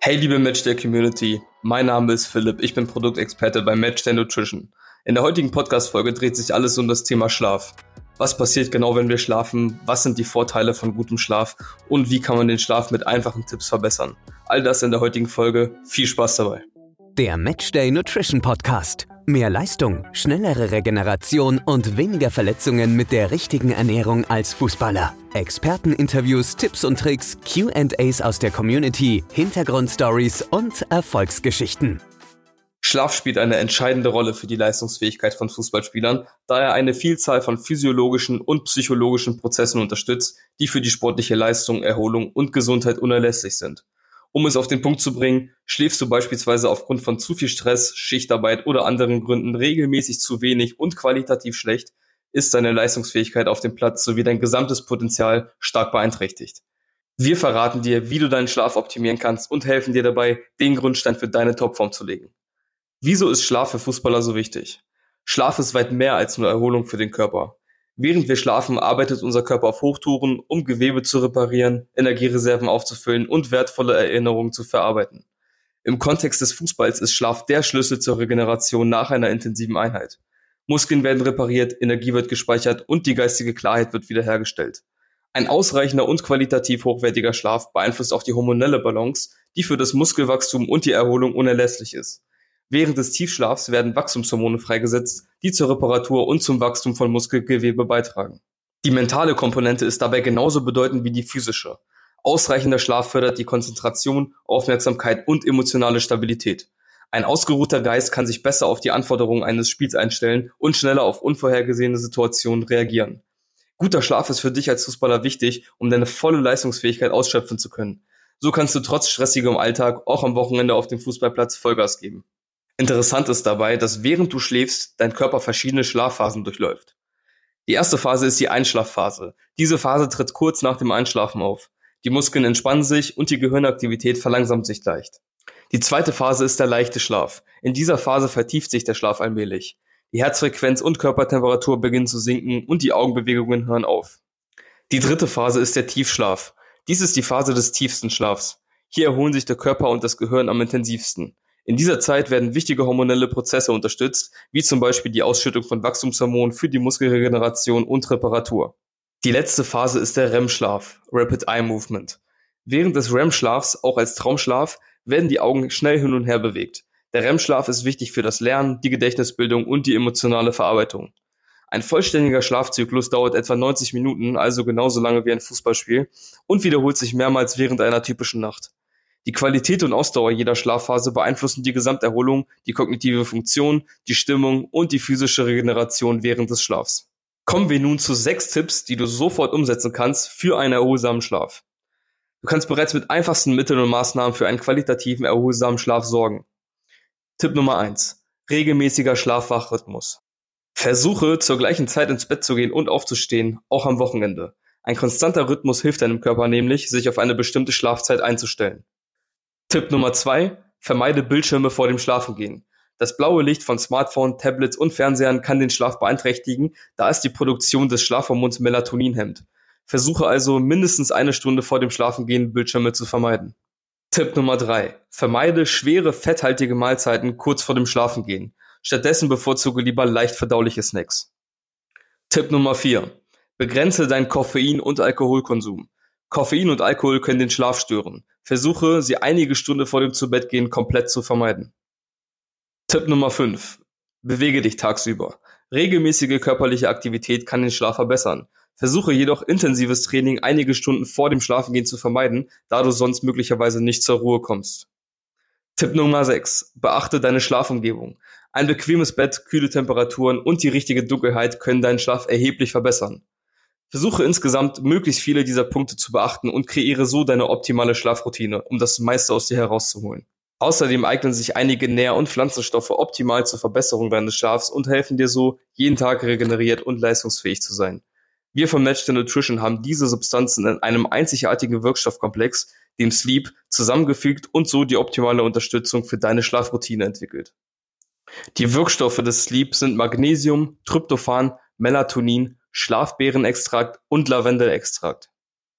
Hey liebe Matchday-Community, mein Name ist Philipp, ich bin Produktexperte bei Matchday Nutrition. In der heutigen Podcast-Folge dreht sich alles um das Thema Schlaf. Was passiert genau, wenn wir schlafen? Was sind die Vorteile von gutem Schlaf? Und wie kann man den Schlaf mit einfachen Tipps verbessern? All das in der heutigen Folge. Viel Spaß dabei. Der Matchday Nutrition Podcast. Mehr Leistung, schnellere Regeneration und weniger Verletzungen mit der richtigen Ernährung als Fußballer. Experteninterviews, Tipps und Tricks, Q&As aus der Community, Hintergrundstories und Erfolgsgeschichten. Schlaf spielt eine entscheidende Rolle für die Leistungsfähigkeit von Fußballspielern, da er eine Vielzahl von physiologischen und psychologischen Prozessen unterstützt, die für die sportliche Leistung, Erholung und Gesundheit unerlässlich sind. Um es auf den Punkt zu bringen, schläfst du beispielsweise aufgrund von zu viel Stress, Schichtarbeit oder anderen Gründen regelmäßig zu wenig und qualitativ schlecht, ist deine Leistungsfähigkeit auf dem Platz sowie dein gesamtes Potenzial stark beeinträchtigt. Wir verraten dir, wie du deinen Schlaf optimieren kannst und helfen dir dabei, den Grundstein für deine Topform zu legen. Wieso ist Schlaf für Fußballer so wichtig? Schlaf ist weit mehr als nur Erholung für den Körper. Während wir schlafen, arbeitet unser Körper auf Hochtouren, um Gewebe zu reparieren, Energiereserven aufzufüllen und wertvolle Erinnerungen zu verarbeiten. Im Kontext des Fußballs ist Schlaf der Schlüssel zur Regeneration nach einer intensiven Einheit. Muskeln werden repariert, Energie wird gespeichert und die geistige Klarheit wird wiederhergestellt. Ein ausreichender und qualitativ hochwertiger Schlaf beeinflusst auch die hormonelle Balance, die für das Muskelwachstum und die Erholung unerlässlich ist. Während des Tiefschlafs werden Wachstumshormone freigesetzt, die zur Reparatur und zum Wachstum von Muskelgewebe beitragen. Die mentale Komponente ist dabei genauso bedeutend wie die physische. Ausreichender Schlaf fördert die Konzentration, Aufmerksamkeit und emotionale Stabilität. Ein ausgeruhter Geist kann sich besser auf die Anforderungen eines Spiels einstellen und schneller auf unvorhergesehene Situationen reagieren. Guter Schlaf ist für dich als Fußballer wichtig, um deine volle Leistungsfähigkeit ausschöpfen zu können. So kannst du trotz stressigem Alltag auch am Wochenende auf dem Fußballplatz Vollgas geben. Interessant ist dabei, dass während du schläfst, dein Körper verschiedene Schlafphasen durchläuft. Die erste Phase ist die Einschlafphase. Diese Phase tritt kurz nach dem Einschlafen auf. Die Muskeln entspannen sich und die Gehirnaktivität verlangsamt sich leicht. Die zweite Phase ist der leichte Schlaf. In dieser Phase vertieft sich der Schlaf allmählich. Die Herzfrequenz und Körpertemperatur beginnen zu sinken und die Augenbewegungen hören auf. Die dritte Phase ist der Tiefschlaf. Dies ist die Phase des tiefsten Schlafs. Hier erholen sich der Körper und das Gehirn am intensivsten. In dieser Zeit werden wichtige hormonelle Prozesse unterstützt, wie zum Beispiel die Ausschüttung von Wachstumshormonen für die Muskelregeneration und Reparatur. Die letzte Phase ist der REM-Schlaf, Rapid Eye Movement. Während des REM-Schlafs, auch als Traumschlaf, werden die Augen schnell hin und her bewegt. Der REM-Schlaf ist wichtig für das Lernen, die Gedächtnisbildung und die emotionale Verarbeitung. Ein vollständiger Schlafzyklus dauert etwa 90 Minuten, also genauso lange wie ein Fußballspiel, und wiederholt sich mehrmals während einer typischen Nacht. Die Qualität und Ausdauer jeder Schlafphase beeinflussen die Gesamterholung, die kognitive Funktion, die Stimmung und die physische Regeneration während des Schlafs. Kommen wir nun zu 6 Tipps, die du sofort umsetzen kannst für einen erholsamen Schlaf. Du kannst bereits mit einfachsten Mitteln und Maßnahmen für einen qualitativen, erholsamen Schlaf sorgen. Tipp Nummer 1. Regelmäßiger Schlaf-Wach-Rhythmus. Versuche, zur gleichen Zeit ins Bett zu gehen und aufzustehen, auch am Wochenende. Ein konstanter Rhythmus hilft deinem Körper nämlich, sich auf eine bestimmte Schlafzeit einzustellen. Tipp Nummer 2. Vermeide Bildschirme vor dem Schlafengehen. Das blaue Licht von Smartphones, Tablets und Fernsehern kann den Schlaf beeinträchtigen, da es die Produktion des Schlafhormons Melatonin hemmt. Versuche also mindestens 1 Stunde vor dem Schlafengehen Bildschirme zu vermeiden. Tipp Nummer 3. Vermeide schwere, fetthaltige Mahlzeiten kurz vor dem Schlafengehen. Stattdessen bevorzuge lieber leicht verdauliche Snacks. Tipp Nummer 4. Begrenze deinen Koffein- und Alkoholkonsum. Koffein und Alkohol können den Schlaf stören. Versuche, sie einige Stunden vor dem Zubettgehen komplett zu vermeiden. Tipp Nummer 5. Bewege dich tagsüber. Regelmäßige körperliche Aktivität kann den Schlaf verbessern. Versuche jedoch intensives Training einige Stunden vor dem Schlafengehen zu vermeiden, da du sonst möglicherweise nicht zur Ruhe kommst. Tipp Nummer 6. Beachte deine Schlafumgebung. Ein bequemes Bett, kühle Temperaturen und die richtige Dunkelheit können deinen Schlaf erheblich verbessern. Versuche insgesamt möglichst viele dieser Punkte zu beachten und kreiere so deine optimale Schlafroutine, um das meiste aus dir herauszuholen. Außerdem eignen sich einige Nähr- und Pflanzenstoffe optimal zur Verbesserung deines Schlafs und helfen dir so, jeden Tag regeneriert und leistungsfähig zu sein. Wir von Matchday Nutrition haben diese Substanzen in einem einzigartigen Wirkstoffkomplex, dem Sleep, zusammengefügt und so die optimale Unterstützung für deine Schlafroutine entwickelt. Die Wirkstoffe des Sleep sind Magnesium, Tryptophan, Melatonin, Schlafbeerenextrakt und Lavendelextrakt.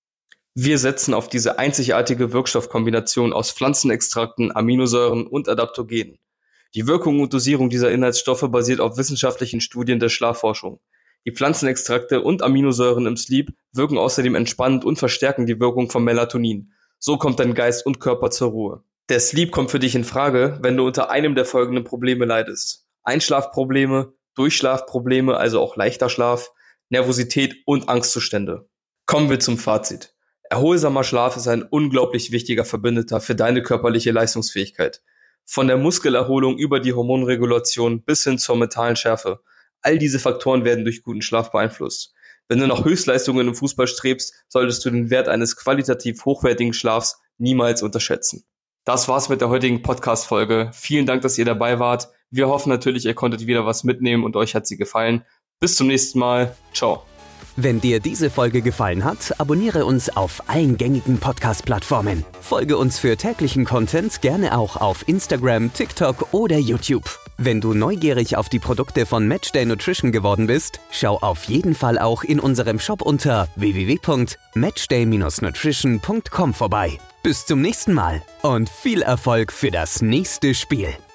Wir setzen auf diese einzigartige Wirkstoffkombination aus Pflanzenextrakten, Aminosäuren und Adaptogenen. Die Wirkung und Dosierung dieser Inhaltsstoffe basiert auf wissenschaftlichen Studien der Schlafforschung. Die Pflanzenextrakte und Aminosäuren im Sleep wirken außerdem entspannend und verstärken die Wirkung von Melatonin. So kommt dein Geist und Körper zur Ruhe. Der Sleep kommt für dich in Frage, wenn du unter einem der folgenden Probleme leidest: Einschlafprobleme, Durchschlafprobleme, also auch leichter Schlaf, Nervosität und Angstzustände. Kommen wir zum Fazit. Erholsamer Schlaf ist ein unglaublich wichtiger Verbündeter für deine körperliche Leistungsfähigkeit. Von der Muskelerholung über die Hormonregulation bis hin zur mentalen Schärfe. All diese Faktoren werden durch guten Schlaf beeinflusst. Wenn du nach Höchstleistungen im Fußball strebst, solltest du den Wert eines qualitativ hochwertigen Schlafs niemals unterschätzen. Das war's mit der heutigen Podcast-Folge. Vielen Dank, dass ihr dabei wart. Wir hoffen natürlich, ihr konntet wieder was mitnehmen und euch hat sie gefallen. Bis zum nächsten Mal. Ciao. Wenn dir diese Folge gefallen hat, abonniere uns auf allen gängigen Podcast-Plattformen. Folge uns für täglichen Content gerne auch auf Instagram, TikTok oder YouTube. Wenn du neugierig auf die Produkte von Matchday Nutrition geworden bist, schau auf jeden Fall auch in unserem Shop unter www.matchday-nutrition.com vorbei. Bis zum nächsten Mal und viel Erfolg für das nächste Spiel.